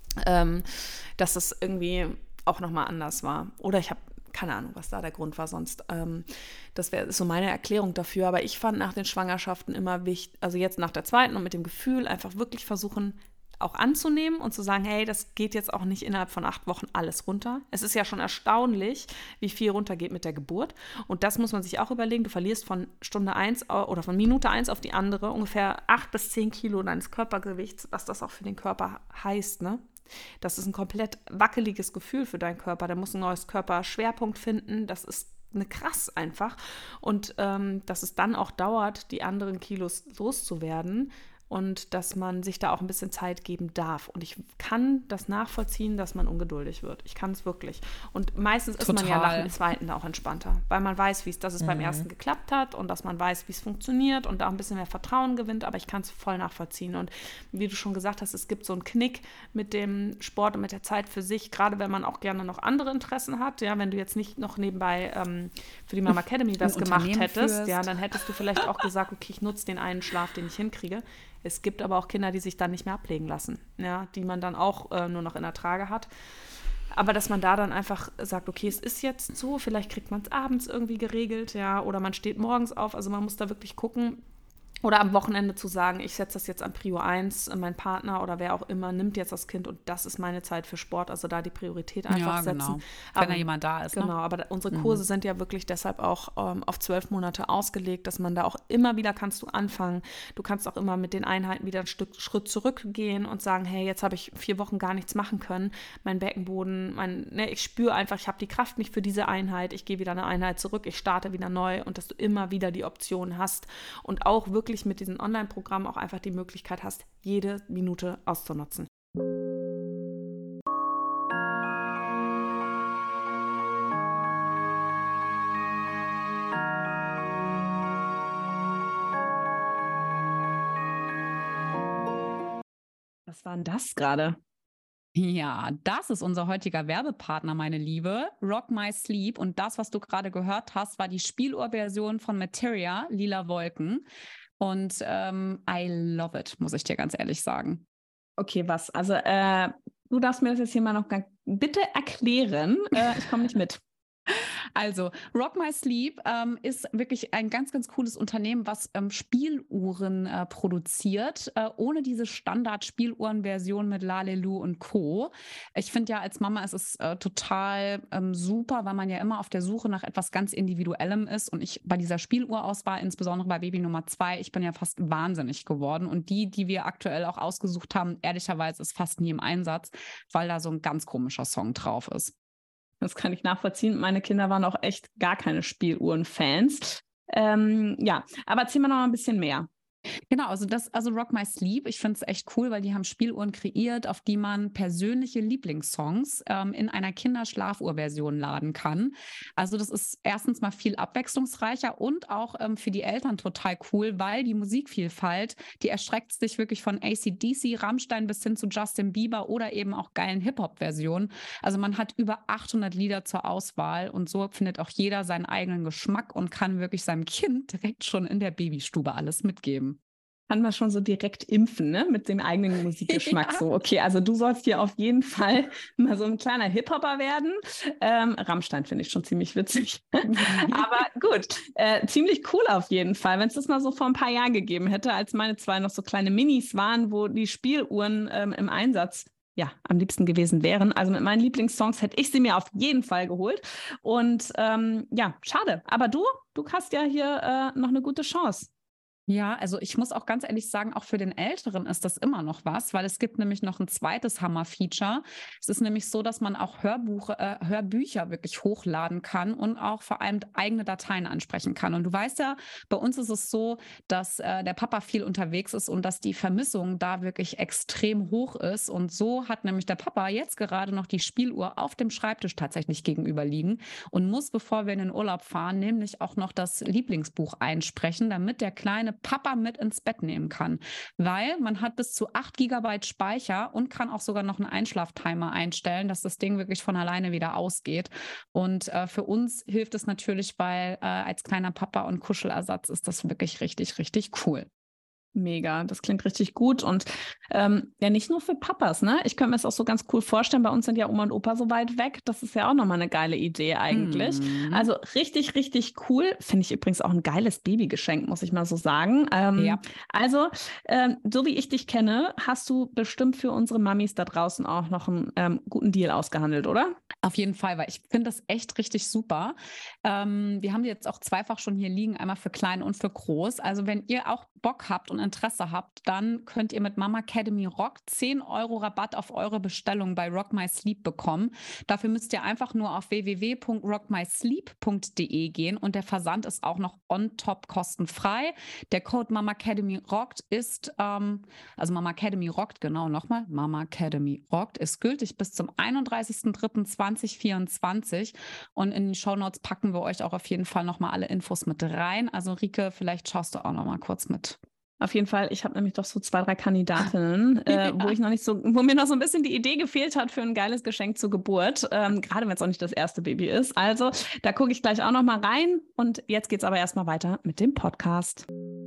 Dass das irgendwie auch nochmal anders war. Oder ich habe keine Ahnung, was da der Grund war sonst. Das wäre so meine Erklärung dafür. Aber ich fand nach den Schwangerschaften immer wichtig, also jetzt nach der zweiten und mit dem Gefühl, einfach wirklich versuchen, auch anzunehmen und zu sagen, hey, das geht jetzt auch nicht innerhalb von 8 Wochen alles runter. Es ist ja schon erstaunlich, wie viel runtergeht mit der Geburt. Und das muss man sich auch überlegen. Du verlierst von Stunde 1 oder von Minute 1 auf die andere ungefähr 8 bis 10 Kilo deines Körpergewichts, was das auch für den Körper heißt, ne? Das ist ein komplett wackeliges Gefühl für deinen Körper. Der muss ein neues Körperschwerpunkt finden. Das ist krass einfach. Und dass es dann auch dauert, die anderen Kilos loszuwerden. Und dass man sich da auch ein bisschen Zeit geben darf. Und ich kann das nachvollziehen, dass man ungeduldig wird. Ich kann es wirklich. Und meistens ist man ja nach dem zweiten auch entspannter, weil man weiß, dass es beim ersten geklappt hat und dass man weiß, wie es funktioniert und da auch ein bisschen mehr Vertrauen gewinnt. Aber ich kann es voll nachvollziehen. Und wie du schon gesagt hast, es gibt so einen Knick mit dem Sport und mit der Zeit für sich, gerade wenn man auch gerne noch andere Interessen hat. Ja, wenn du jetzt nicht noch nebenbei für die Mama Academy was gemacht hättest, ja, dann hättest du vielleicht auch gesagt, okay, ich nutze den einen Schlaf, den ich hinkriege. Es gibt aber auch Kinder, die sich dann nicht mehr ablegen lassen, ja, die man dann auch nur noch in der Trage hat. Aber dass man da dann einfach sagt, okay, es ist jetzt so, vielleicht kriegt man es abends irgendwie geregelt, ja, oder man steht morgens auf. Also man muss da wirklich gucken. Oder am Wochenende zu sagen, ich setze das jetzt an Prio 1, mein Partner oder wer auch immer nimmt jetzt das Kind und das ist meine Zeit für Sport, also da die Priorität einfach setzen. Genau. Aber, wenn da jemand da ist. Genau, ne? aber unsere Kurse sind ja wirklich deshalb auch auf 12 Monate ausgelegt, dass man da auch immer wieder kannst du anfangen. Du kannst auch immer mit den Einheiten wieder einen Schritt zurückgehen und sagen, hey, jetzt habe ich 4 Wochen gar nichts machen können. Mein Beckenboden, ich spüre einfach, ich habe die Kraft nicht für diese Einheit. Ich gehe wieder eine Einheit zurück, ich starte wieder neu und dass du immer wieder die Option hast und auch wirklich mit diesen Online-Programmen auch einfach die Möglichkeit hast, jede Minute auszunutzen. Was war denn das gerade? Ja, das ist unser heutiger Werbepartner, meine Liebe. Rock My Sleep. Und das, was du gerade gehört hast, war die Spieluhrversion von Materia, Lila Wolken. Und I love it, muss ich dir ganz ehrlich sagen. Okay, was? Also du darfst mir das jetzt hier mal noch bitte erklären. Ich komme nicht mit. Also, Rock My Sleep ist wirklich ein ganz, ganz cooles Unternehmen, was Spieluhren produziert, ohne diese Standard-Spieluhren-Version mit Lalelu und Co. Ich finde ja, als Mama ist es total super, weil man ja immer auf der Suche nach etwas ganz Individuellem ist. Und ich bei dieser Spieluhrauswahl, insbesondere bei Baby Nummer 2, ich bin ja fast wahnsinnig geworden. Und die wir aktuell auch ausgesucht haben, ehrlicherweise ist fast nie im Einsatz, weil da so ein ganz komischer Song drauf ist. Das kann ich nachvollziehen. Meine Kinder waren auch echt gar keine Spieluhren-Fans. Ja, aber erzähl mal noch mal ein bisschen mehr. Genau, also Rock My Sleep, ich finde es echt cool, weil die haben Spieluhren kreiert, auf die man persönliche Lieblingssongs in einer Kinderschlafuhrversion laden kann. Also das ist erstens mal viel abwechslungsreicher und auch für die Eltern total cool, weil die Musikvielfalt, die erstreckt sich wirklich von AC/DC, Rammstein bis hin zu Justin Bieber oder eben auch geilen Hip-Hop-Versionen. Also man hat über 800 Lieder zur Auswahl und so findet auch jeder seinen eigenen Geschmack und kann wirklich seinem Kind direkt schon in der Babystube alles mitgeben. Kann man schon so direkt impfen, ne? Mit dem eigenen Musikgeschmack. Ja. So, okay, also du sollst hier auf jeden Fall mal so ein kleiner Hip-Hopper werden. Rammstein finde ich schon ziemlich witzig. Aber gut, ziemlich cool auf jeden Fall. Wenn es das mal so vor ein paar Jahren gegeben hätte, als meine 2 noch so kleine Minis waren, wo die Spieluhren im Einsatz am liebsten gewesen wären. Also mit meinen Lieblingssongs hätte ich sie mir auf jeden Fall geholt. Und schade. Aber du hast ja hier noch eine gute Chance. Ja, also ich muss auch ganz ehrlich sagen, auch für den Älteren ist das immer noch was, weil es gibt nämlich noch ein zweites Hammer-Feature. Es ist nämlich so, dass man auch Hörbücher wirklich hochladen kann und auch vor allem eigene Dateien ansprechen kann. Und du weißt ja, bei uns ist es so, dass der Papa viel unterwegs ist und dass die Vermissung da wirklich extrem hoch ist. Und so hat nämlich der Papa jetzt gerade noch die Spieluhr auf dem Schreibtisch tatsächlich gegenüber liegen und muss, bevor wir in den Urlaub fahren, nämlich auch noch das Lieblingsbuch einsprechen, damit der kleine Papa mit ins Bett nehmen kann, weil man hat bis zu 8 GB Speicher und kann auch sogar noch einen Einschlaftimer einstellen, dass das Ding wirklich von alleine wieder ausgeht. Und für uns hilft es natürlich, weil als kleiner Papa und Kuschelersatz ist das wirklich richtig, richtig cool. Mega, das klingt richtig gut und nicht nur für Papas, ne? Ich könnte mir das auch so ganz cool vorstellen, bei uns sind ja Oma und Opa so weit weg, das ist ja auch nochmal eine geile Idee eigentlich. Also richtig, richtig cool, finde ich übrigens auch ein geiles Babygeschenk, muss ich mal so sagen. Also, so wie ich dich kenne, hast du bestimmt für unsere Mamis da draußen auch noch einen guten Deal ausgehandelt, oder? Auf jeden Fall, weil ich finde das echt richtig super. Wir haben die jetzt auch zweifach schon hier liegen, einmal für klein und für groß. Also wenn ihr auch Bock habt und Interesse habt, dann könnt ihr mit Mama Academy Rock 10 € Rabatt auf eure Bestellung bei Rock My Sleep bekommen. Dafür müsst ihr einfach nur auf www.rockmysleep.de gehen und der Versand ist auch noch on top kostenfrei. Der Code Mama Academy Rockt ist, also Mama Academy Rockt, genau nochmal, Mama Academy Rockt ist gültig bis zum 31.03.2024 und in den Shownotes packen wir euch auch auf jeden Fall nochmal alle Infos mit rein. Also Rike, vielleicht schaust du auch noch mal kurz mit. Auf jeden Fall, ich habe nämlich doch so 2, 3 Kandidatinnen, wo mir noch so ein bisschen die Idee gefehlt hat für ein geiles Geschenk zur Geburt, gerade wenn es auch nicht das erste Baby ist. Also da gucke ich gleich auch noch mal rein und jetzt geht es aber erstmal weiter mit dem Podcast.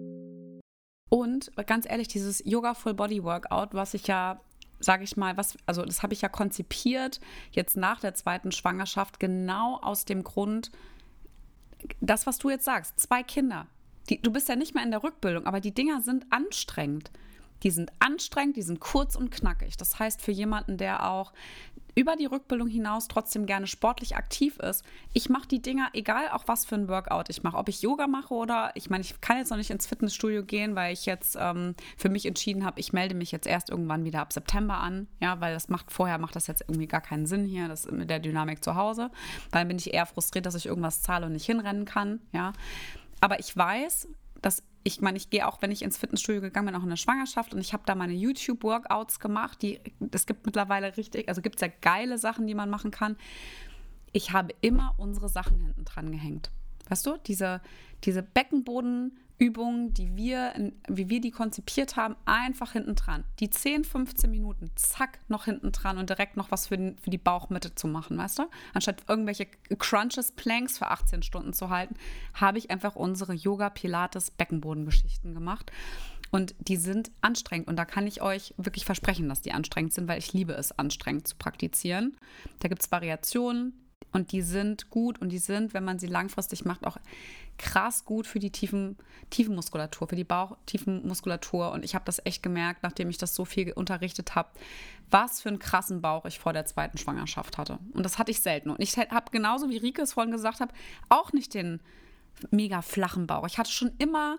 Und ganz ehrlich, dieses Yoga Full Body Workout, was ich ja, sage ich mal, das habe ich ja konzipiert, jetzt nach der 2. Schwangerschaft, genau aus dem Grund, das, was du jetzt sagst, 2 Kinder. Du bist ja nicht mehr in der Rückbildung, aber die Dinger sind anstrengend. Die sind anstrengend, die sind kurz und knackig. Das heißt, für jemanden, der auch über die Rückbildung hinaus trotzdem gerne sportlich aktiv ist, ich mache die Dinger, egal auch was für ein Workout ich mache. Ob ich Yoga mache oder, ich meine, ich kann jetzt noch nicht ins Fitnessstudio gehen, weil ich jetzt für mich entschieden habe, ich melde mich jetzt erst irgendwann wieder ab September an, ja, weil vorher macht das jetzt irgendwie gar keinen Sinn hier, das mit der Dynamik zu Hause. Dann bin ich eher frustriert, dass ich irgendwas zahle und nicht hinrennen kann, ja. Aber ich weiß, dass ich gehe auch, wenn ich ins Fitnessstudio gegangen bin, auch in der Schwangerschaft und ich habe da meine YouTube-Workouts gemacht, es gibt mittlerweile gibt es ja geile Sachen, die man machen kann. Ich habe immer unsere Sachen hinten dran gehängt. Weißt du, diese Beckenbodenübungen, wie wir die konzipiert haben, einfach hinten dran. Die 10, 15 Minuten, zack, noch hinten dran und direkt noch was für die Bauchmitte zu machen, weißt du? Anstatt irgendwelche Crunches, Planks für 18 Stunden zu halten, habe ich einfach unsere Yoga, Pilates, Beckenbodengeschichten gemacht. Und die sind anstrengend. Und da kann ich euch wirklich versprechen, dass die anstrengend sind, weil ich liebe es, anstrengend zu praktizieren. Da gibt es Variationen. Und die sind gut und die sind, wenn man sie langfristig macht, auch krass gut für die Tiefenmuskulatur, für die Bauchtiefenmuskulatur. Und ich habe das echt gemerkt, nachdem ich das so viel unterrichtet habe, was für einen krassen Bauch ich vor der 2. Schwangerschaft hatte. Und das hatte ich selten. Und ich habe genauso, wie Rike es vorhin gesagt hat, auch nicht den mega flachen Bauch. Ich hatte schon immer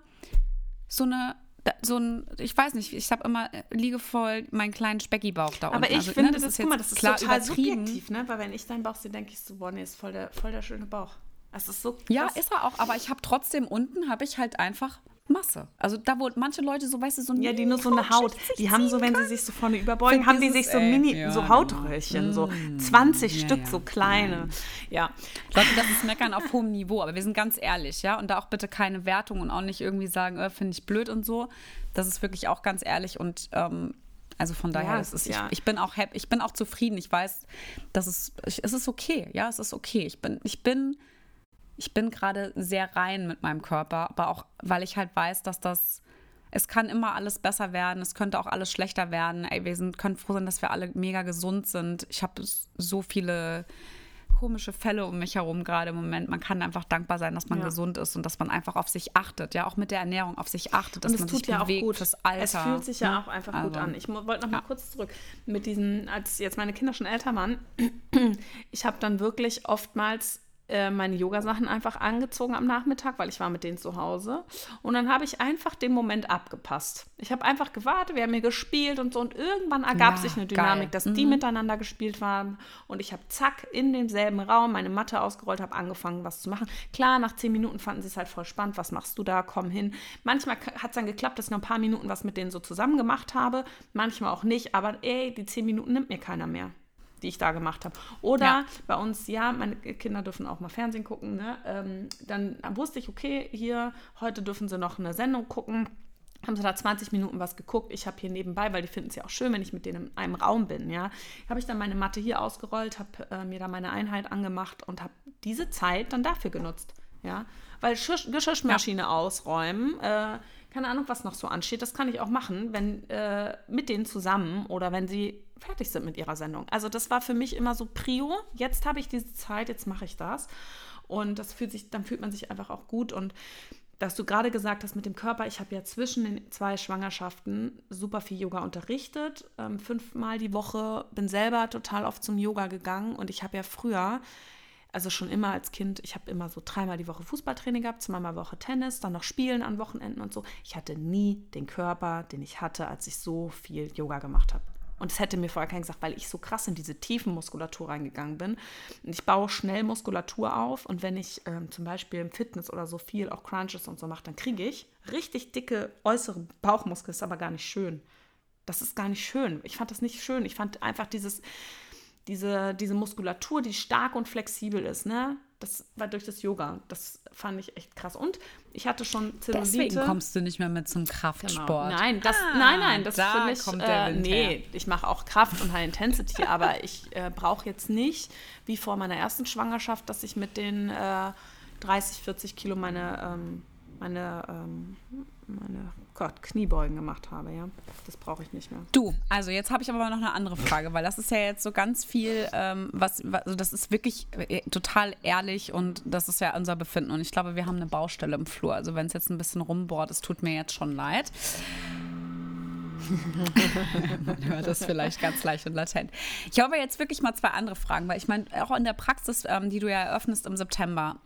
ich weiß nicht, ich habe immer liebevoll meinen kleinen Specki-Bauch da unten. Aber ich finde, das ist klar total subjektiv, ne? Weil wenn ich deinen Bauch sehe, denke ich so, boah, nee, ist voll der schöne Bauch. Das ist so krass. Ja, ist er auch, aber ich habe trotzdem unten, habe ich halt einfach Masse. Also da, wo manche Leute so, weißt du, so ja, die nur so eine Haut, die haben so, wenn sie sich so vorne überbeugen, haben die sich so so Hautröllchen, so 20 Stück, so kleine. Ja. Leute, das ist Meckern auf hohem Niveau, aber wir sind ganz ehrlich, ja, und da auch bitte keine Wertung und auch nicht irgendwie sagen, finde ich blöd und so. Das ist wirklich auch ganz ehrlich und also von daher, ich bin auch zufrieden. Ich weiß, es ist okay, ja, es ist okay. Ich bin gerade sehr rein mit meinem Körper, aber auch, weil ich halt weiß, dass es kann immer alles besser werden, es könnte auch alles schlechter werden. Ey, können froh sein, dass wir alle mega gesund sind. Ich habe so viele komische Fälle um mich herum gerade im Moment. Man kann einfach dankbar sein, dass man gesund ist und dass man einfach auf sich achtet, ja, auch mit der Ernährung auf sich achtet, dass man sich bewegt fürs Alter. Es fühlt sich ja auch einfach gut an. Ich wollte noch mal kurz zurück mit diesen, als jetzt meine Kinder schon älter waren, ich habe dann wirklich oftmals meine Yogasachen einfach angezogen am Nachmittag, weil ich war mit denen zu Hause. Und dann habe ich einfach den Moment abgepasst. Ich habe einfach gewartet, wir haben hier gespielt und so. Und irgendwann ergab sich eine Dynamik, dass die miteinander gespielt haben. Und ich habe zack in demselben Raum meine Matte ausgerollt, habe angefangen, was zu machen. Klar, nach 10 Minuten fanden sie es halt voll spannend. Was machst du da? Komm hin. Manchmal hat es dann geklappt, dass ich noch ein paar Minuten was mit denen so zusammen gemacht habe. Manchmal auch nicht. Aber die 10 Minuten nimmt mir keiner mehr, die ich da gemacht habe. Oder bei uns, meine Kinder dürfen auch mal Fernsehen gucken, ne? Dann wusste ich, okay, heute dürfen sie noch eine Sendung gucken. Haben sie da 20 Minuten was geguckt. Ich habe hier nebenbei, weil die finden es ja auch schön, wenn ich mit denen in einem Raum bin, ja, habe ich dann meine Matte hier ausgerollt, habe mir da meine Einheit angemacht und habe diese Zeit dann dafür genutzt, ja. Weil Geschirrmaschine ausräumen, keine Ahnung, was noch so ansteht, das kann ich auch machen, wenn mit denen zusammen oder wenn sie fertig sind mit ihrer Sendung. Also das war für mich immer so Prio. Jetzt habe ich diese Zeit, jetzt mache ich das. Und dann fühlt man sich einfach auch gut. Und dass du gerade gesagt hast mit dem Körper, ich habe ja zwischen den 2 Schwangerschaften super viel Yoga unterrichtet, 5-mal die Woche, bin selber total oft zum Yoga gegangen und ich habe ja früher, also schon immer als Kind, ich habe immer so 3-mal die Woche Fußballtraining gehabt, 2-mal die Woche Tennis, dann noch Spielen an Wochenenden und so. Ich hatte nie den Körper, den ich hatte, als ich so viel Yoga gemacht habe. Und das hätte mir vorher keiner gesagt, weil ich so krass in diese tiefen Muskulatur reingegangen bin. Und ich baue schnell Muskulatur auf. Und wenn ich zum Beispiel im Fitness oder so viel auch Crunches und so mache, dann kriege ich richtig dicke äußere Bauchmuskeln. Das ist aber gar nicht schön. Das ist gar nicht schön. Ich fand das nicht schön. Ich fand einfach diese Muskulatur, die stark und flexibel ist, ne? Das war durch das Yoga. Das fand ich echt krass. Und ich hatte schon Zellulite. Deswegen kommst du nicht mehr mit zum Kraftsport. Genau. Nein, das da für mich, kommt der Wind her. ich mache auch Kraft und High Intensity, aber ich brauche jetzt nicht, wie vor meiner ersten Schwangerschaft, dass ich mit den 30, 40 Kilo meine Kniebeugen gemacht habe, ja. Das brauche ich nicht mehr. Du, also jetzt habe ich aber noch eine andere Frage, weil das ist ja jetzt so ganz viel, also das ist wirklich total ehrlich und das ist ja unser Befinden und ich glaube, wir haben eine Baustelle im Flur. Also wenn es jetzt ein bisschen rumbohrt, es tut mir jetzt schon leid. Man hört das vielleicht ganz leicht und latent. Ich habe jetzt wirklich mal 2 andere Fragen, weil ich meine, auch in der Praxis, die du ja eröffnest im September,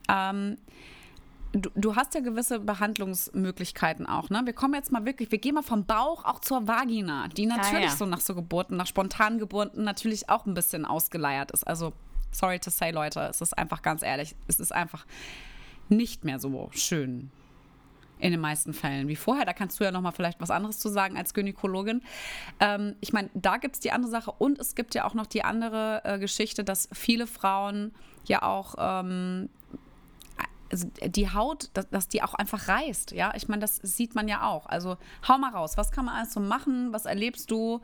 Du hast ja gewisse Behandlungsmöglichkeiten auch, ne? Wir gehen mal vom Bauch auch zur Vagina, die natürlich so nach so Geburten, nach spontanen Geburten natürlich auch ein bisschen ausgeleiert ist. Also, sorry to say, Leute, es ist einfach ganz ehrlich, es ist einfach nicht mehr so schön in den meisten Fällen wie vorher. Da kannst du ja nochmal vielleicht was anderes zu sagen als Gynäkologin. Ich meine, da gibt es die andere Sache und es gibt ja auch noch die andere Geschichte, dass viele Frauen ja auch also die Haut, dass die auch einfach reißt, ja, ich meine, das sieht man ja auch, also hau mal raus, was kann man alles so machen, was erlebst du?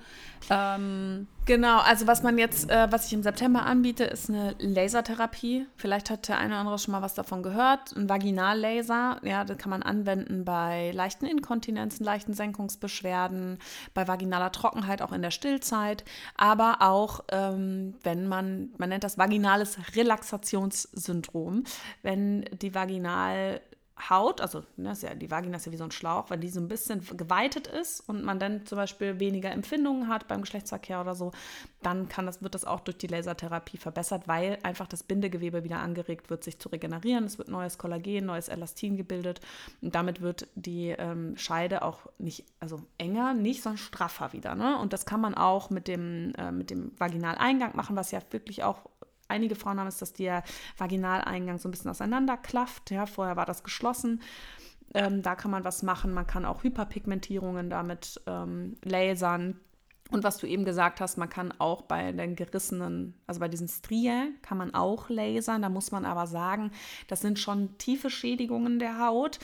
Genau, also was ich im September anbiete, ist eine Lasertherapie, vielleicht hat der eine oder andere schon mal was davon gehört, ein Vaginallaser, ja, das kann man anwenden bei leichten Inkontinenzen, leichten Senkungsbeschwerden, bei vaginaler Trockenheit, auch in der Stillzeit, aber auch, wenn man nennt das vaginales Relaxationssyndrom, wenn die Vaginalhaut, also die Vagina ist ja wie so ein Schlauch, wenn die so ein bisschen geweitet ist und man dann zum Beispiel weniger Empfindungen hat beim Geschlechtsverkehr oder so, dann wird das auch durch die Lasertherapie verbessert, weil einfach das Bindegewebe wieder angeregt wird, sich zu regenerieren. Es wird neues Kollagen, neues Elastin gebildet und damit wird die Scheide auch nicht, also enger, nicht, sondern straffer wieder. Ne? Und das kann man auch mit dem Vaginaleingang machen, was ja wirklich auch einige Frauen haben, ist, dass der Vaginaleingang so ein bisschen auseinanderklafft. Ja, vorher war das geschlossen. Da kann man was machen. Man kann auch Hyperpigmentierungen damit lasern. Und was du eben gesagt hast, man kann auch bei den gerissenen, also bei diesen Strien, kann man auch lasern. Da muss man aber sagen, das sind schon tiefe Schädigungen der Haut.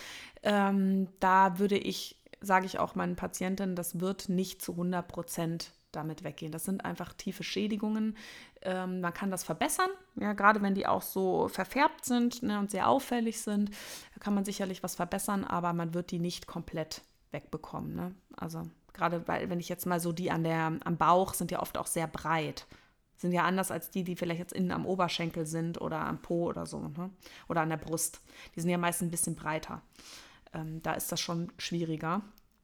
Da sage ich auch meinen Patientinnen, das wird nicht zu 100% damit weggehen. Das sind einfach tiefe Schädigungen. Man kann das verbessern, ja, gerade wenn die auch so verfärbt sind, ne, und sehr auffällig sind, da kann man sicherlich was verbessern, aber man wird die nicht komplett wegbekommen. Ne? Also gerade, weil, wenn ich jetzt mal so die am Bauch sind ja oft auch sehr breit. Sind ja anders als die vielleicht jetzt innen am Oberschenkel sind oder am Po oder so, ne? Oder an der Brust. Die sind ja meist ein bisschen breiter. Da ist das schon schwieriger.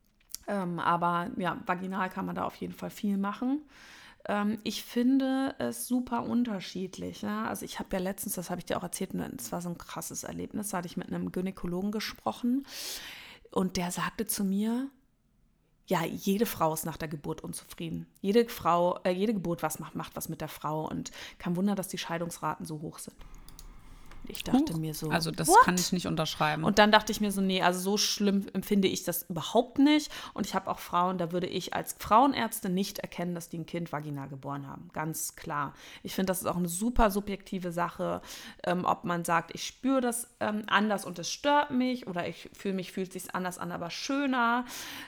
Aber ja, vaginal kann man da auf jeden Fall viel machen. Ich finde es super unterschiedlich. Ja? Also ich habe ja letztens, das habe ich dir auch erzählt, das war so ein krasses Erlebnis, da hatte ich mit einem Gynäkologen gesprochen und der sagte zu mir, ja, jede Frau ist nach der Geburt unzufrieden. Jede Geburt macht was mit der Frau und kein Wunder, dass die Scheidungsraten so hoch sind. Ich dachte mir so, also das kann ich nicht unterschreiben. Und dann dachte ich mir so, nee, also so schlimm empfinde ich das überhaupt nicht. Und ich habe auch Frauen, da würde ich als Frauenärztin nicht erkennen, dass die ein Kind vaginal geboren haben. Ganz klar. Ich finde, das ist auch eine super subjektive Sache, ob man sagt, ich spüre das anders und es stört mich oder fühlt sich anders an, aber schöner.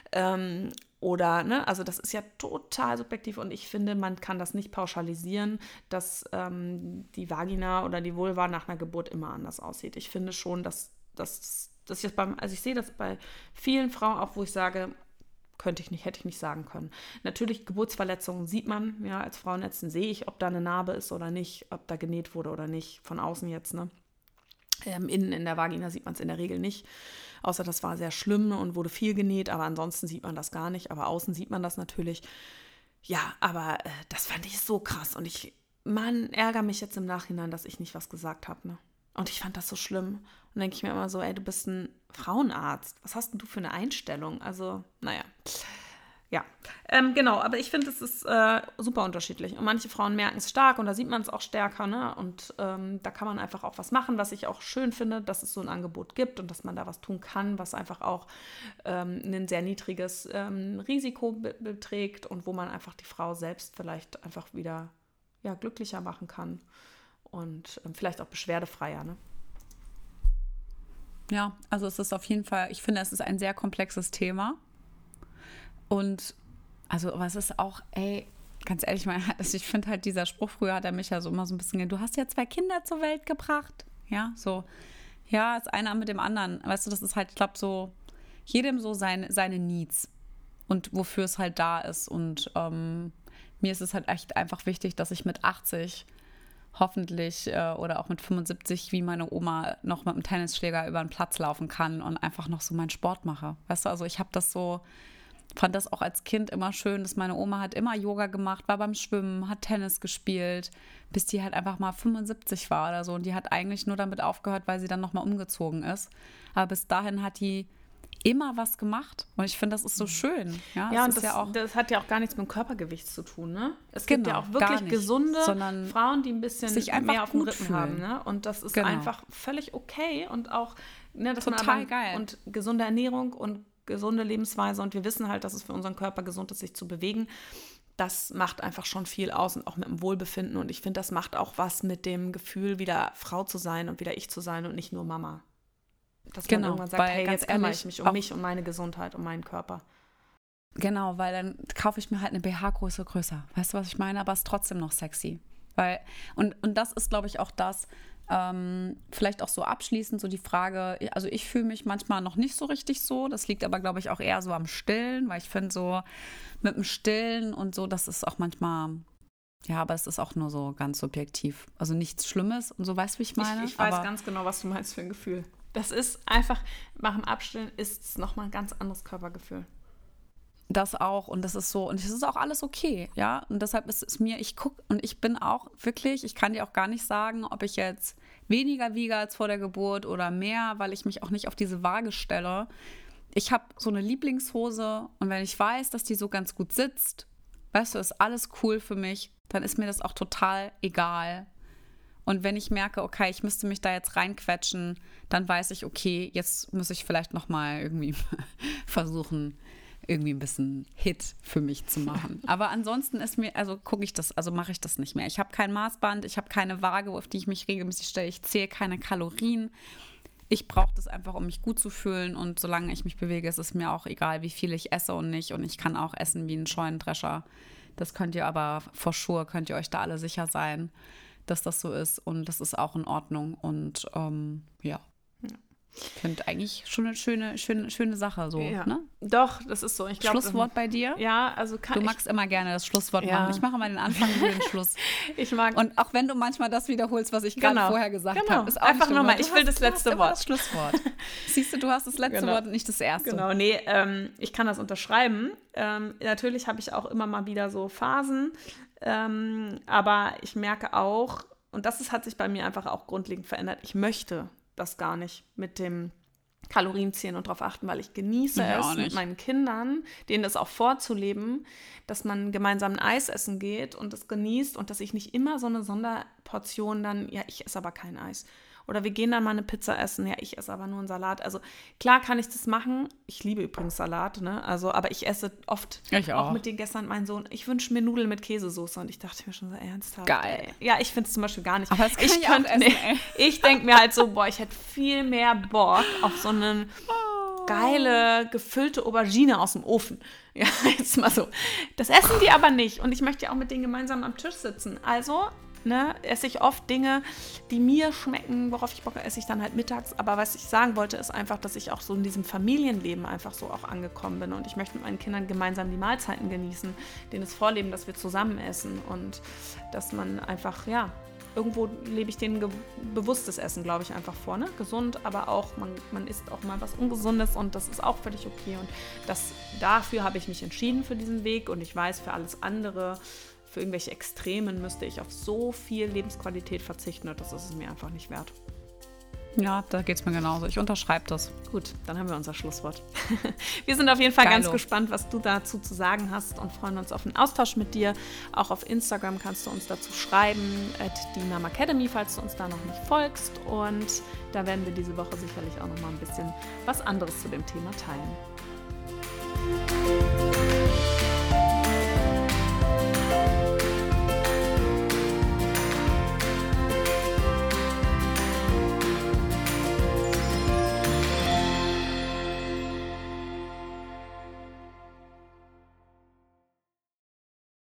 Oder, ne, also das ist ja total subjektiv und ich finde, man kann das nicht pauschalisieren, dass die Vagina oder die Vulva nach einer Geburt immer anders aussieht. Ich finde schon, dass ich sehe das bei vielen Frauen auch, wo ich sage, hätte ich nicht sagen können. Natürlich, Geburtsverletzungen sieht man, ja, als Frauenärztin sehe ich, ob da eine Narbe ist oder nicht, ob da genäht wurde oder nicht, von außen jetzt, ne. Innen in der Vagina sieht man es in der Regel nicht, außer das war sehr schlimm und wurde viel genäht, aber ansonsten sieht man das gar nicht, aber außen sieht man das natürlich. Ja, aber das fand ich so krass und ich Mann, ärgere mich jetzt im Nachhinein, dass ich nicht was gesagt habe, ne? Und ich fand das so schlimm. Und dann denke ich mir immer so, ey, du bist ein Frauenarzt. Was hast denn du für eine Einstellung? Also, naja. Ja, genau, aber ich finde, es ist super unterschiedlich. Und manche Frauen merken es stark und da sieht man es auch stärker, ne? Und da kann man einfach auch was machen, was ich auch schön finde, dass es so ein Angebot gibt und dass man da was tun kann, was einfach auch ein sehr niedriges Risiko beträgt und wo man einfach die Frau selbst vielleicht einfach wieder glücklicher machen kann und vielleicht auch beschwerdefreier, ne? Ja, also es ist auf jeden Fall, ich finde, es ist ein sehr komplexes Thema. Und also, aber es ist auch, ganz ehrlich, ich finde halt, dieser Spruch, früher hat er mich ja so immer so ein bisschen, du hast ja 2 Kinder zur Welt gebracht. Ja, so, ja, ist einer mit dem anderen. Weißt du, das ist halt, ich glaube, so, jedem so seine Needs und wofür es halt da ist. Und mir ist es halt echt einfach wichtig, dass ich mit 80 hoffentlich oder auch mit 75 wie meine Oma noch mit einem Tennisschläger über den Platz laufen kann und einfach noch so meinen Sport mache. Weißt du, also ich habe das so, fand das auch als Kind immer schön, dass meine Oma hat immer Yoga gemacht, war beim Schwimmen, hat Tennis gespielt, bis die halt einfach mal 75 war oder so. Und die hat eigentlich nur damit aufgehört, weil sie dann nochmal umgezogen ist. Aber bis dahin hat die immer was gemacht. Und ich finde, das ist so schön. Ja, und das hat ja auch gar nichts mit dem Körpergewicht zu tun, ne? Es gibt ja auch wirklich gesunde Frauen, die ein bisschen mehr auf dem Rippen haben, ne? Und das ist einfach völlig okay und auch, ne, dass total man aber, geil. Und gesunde Ernährung und gesunde Lebensweise und wir wissen halt, dass es für unseren Körper gesund ist, sich zu bewegen. Das macht einfach schon viel aus und auch mit dem Wohlbefinden und ich finde, das macht auch was mit dem Gefühl, wieder Frau zu sein und wieder ich zu sein und nicht nur Mama. Dass man irgendwann sagt, hey, jetzt kümmere ich mich um mich und meine Gesundheit, um meinen Körper. Genau, weil dann kaufe ich mir halt eine BH-Größe größer. Weißt du, was ich meine? Aber es ist trotzdem noch sexy. Und das ist, glaube ich, auch das, vielleicht auch so abschließend so die Frage, also ich fühle mich manchmal noch nicht so richtig so, das liegt aber, glaube ich, auch eher so am Stillen, weil ich finde so mit dem Stillen und so, das ist auch manchmal, ja, aber es ist auch nur so ganz subjektiv, also nichts Schlimmes und so, weißt du, wie ich meine? Ich weiß ganz genau, was du meinst für ein Gefühl. Das ist einfach, nach dem Abstillen ist es nochmal ein ganz anderes Körpergefühl. Das auch und das ist so und es ist auch alles okay, ja, und deshalb ist es mir, ich gucke und ich bin auch wirklich, ich kann dir auch gar nicht sagen, ob ich jetzt weniger wiege als vor der Geburt oder mehr, weil ich mich auch nicht auf diese Waage stelle. Ich habe so eine Lieblingshose und wenn ich weiß, dass die so ganz gut sitzt, weißt du, ist alles cool für mich, dann ist mir das auch total egal. Und wenn ich merke, okay, ich müsste mich da jetzt reinquetschen, dann weiß ich, okay, jetzt muss ich vielleicht noch mal irgendwie versuchen, irgendwie ein bisschen Hit für mich zu machen. Aber ansonsten mache ich das nicht mehr. Ich habe kein Maßband, ich habe keine Waage, auf die ich mich regelmäßig stelle. Ich zähle keine Kalorien. Ich brauche das einfach, um mich gut zu fühlen. Und solange ich mich bewege, ist es mir auch egal, wie viel ich esse und nicht. Und ich kann auch essen wie ein Scheunendrescher. Das könnt ihr aber for sure, könnt ihr euch da alle sicher sein, dass das so ist. Und das ist auch in Ordnung. Und ja. Ich finde eigentlich schon eine schöne Sache so, ja. Ne? Doch, das ist so. Ich glaub, Schlusswort bei dir? Ja, also du magst immer gerne das Schlusswort machen. Ich mache mal den Anfang und den Schluss. Ich mag. Und auch wenn du manchmal das wiederholst, was ich gerade vorher gesagt habe, ist auch einfach nochmal. Ich will das letzte Wort. Das Schlusswort. Siehst du hast das letzte Wort und nicht das erste. Genau, nee, ich kann das unterschreiben. Natürlich habe ich auch immer mal wieder so Phasen, aber ich merke auch, und hat sich bei mir einfach auch grundlegend verändert, ich möchte das gar nicht mit dem Kalorienzählen und darauf achten, weil ich genieße es mit meinen Kindern, denen das auch vorzuleben, dass man gemeinsam ein Eis essen geht und das genießt und dass ich nicht immer so eine Sonderportion dann, ja, ich esse aber kein Eis. Oder wir gehen dann mal eine Pizza essen, ja, ich esse aber nur einen Salat. Also klar kann ich das machen. Ich liebe übrigens Salat, ne? Also, aber ich esse oft, auch mit dir gestern, mein Sohn, ich wünsche mir Nudeln mit Käsesoße und ich dachte mir schon so ernsthaft. Geil. Ey. Ja, ich finde es zum Beispiel gar nicht. Aber das kann ich auch essen, ey. Ich denke mir halt so, boah, ich hätte viel mehr Bock auf so eine geile, gefüllte Aubergine aus dem Ofen. Ja, jetzt mal so. Das essen die aber nicht und ich möchte ja auch mit denen gemeinsam am Tisch sitzen. Also esse ich oft Dinge, die mir schmecken, worauf ich Bock habe, esse ich dann halt mittags. Aber was ich sagen wollte, ist einfach, dass ich auch so in diesem Familienleben einfach so auch angekommen bin. Und ich möchte mit meinen Kindern gemeinsam die Mahlzeiten genießen, denen es vorleben, dass wir zusammen essen. Und dass man einfach, ja, irgendwo lebe ich denen bewusstes Essen, glaube ich, einfach vor. Ne? Gesund, aber auch, man isst auch mal was Ungesundes und das ist auch völlig okay. Und dafür habe ich mich entschieden für diesen Weg. Und ich weiß, für alles andere, für irgendwelche Extremen müsste ich auf so viel Lebensqualität verzichten und das ist es mir einfach nicht wert. Ja, da geht es mir genauso. Ich unterschreibe das. Gut, dann haben wir unser Schlusswort. Wir sind auf jeden Fall Geilo. ganz gespannt, was du dazu zu sagen hast und freuen uns auf einen Austausch mit dir. Auch auf Instagram kannst du uns dazu schreiben, @die_Mama_Academy, falls du uns da noch nicht folgst. Und da werden wir diese Woche sicherlich auch noch mal ein bisschen was anderes zu dem Thema teilen.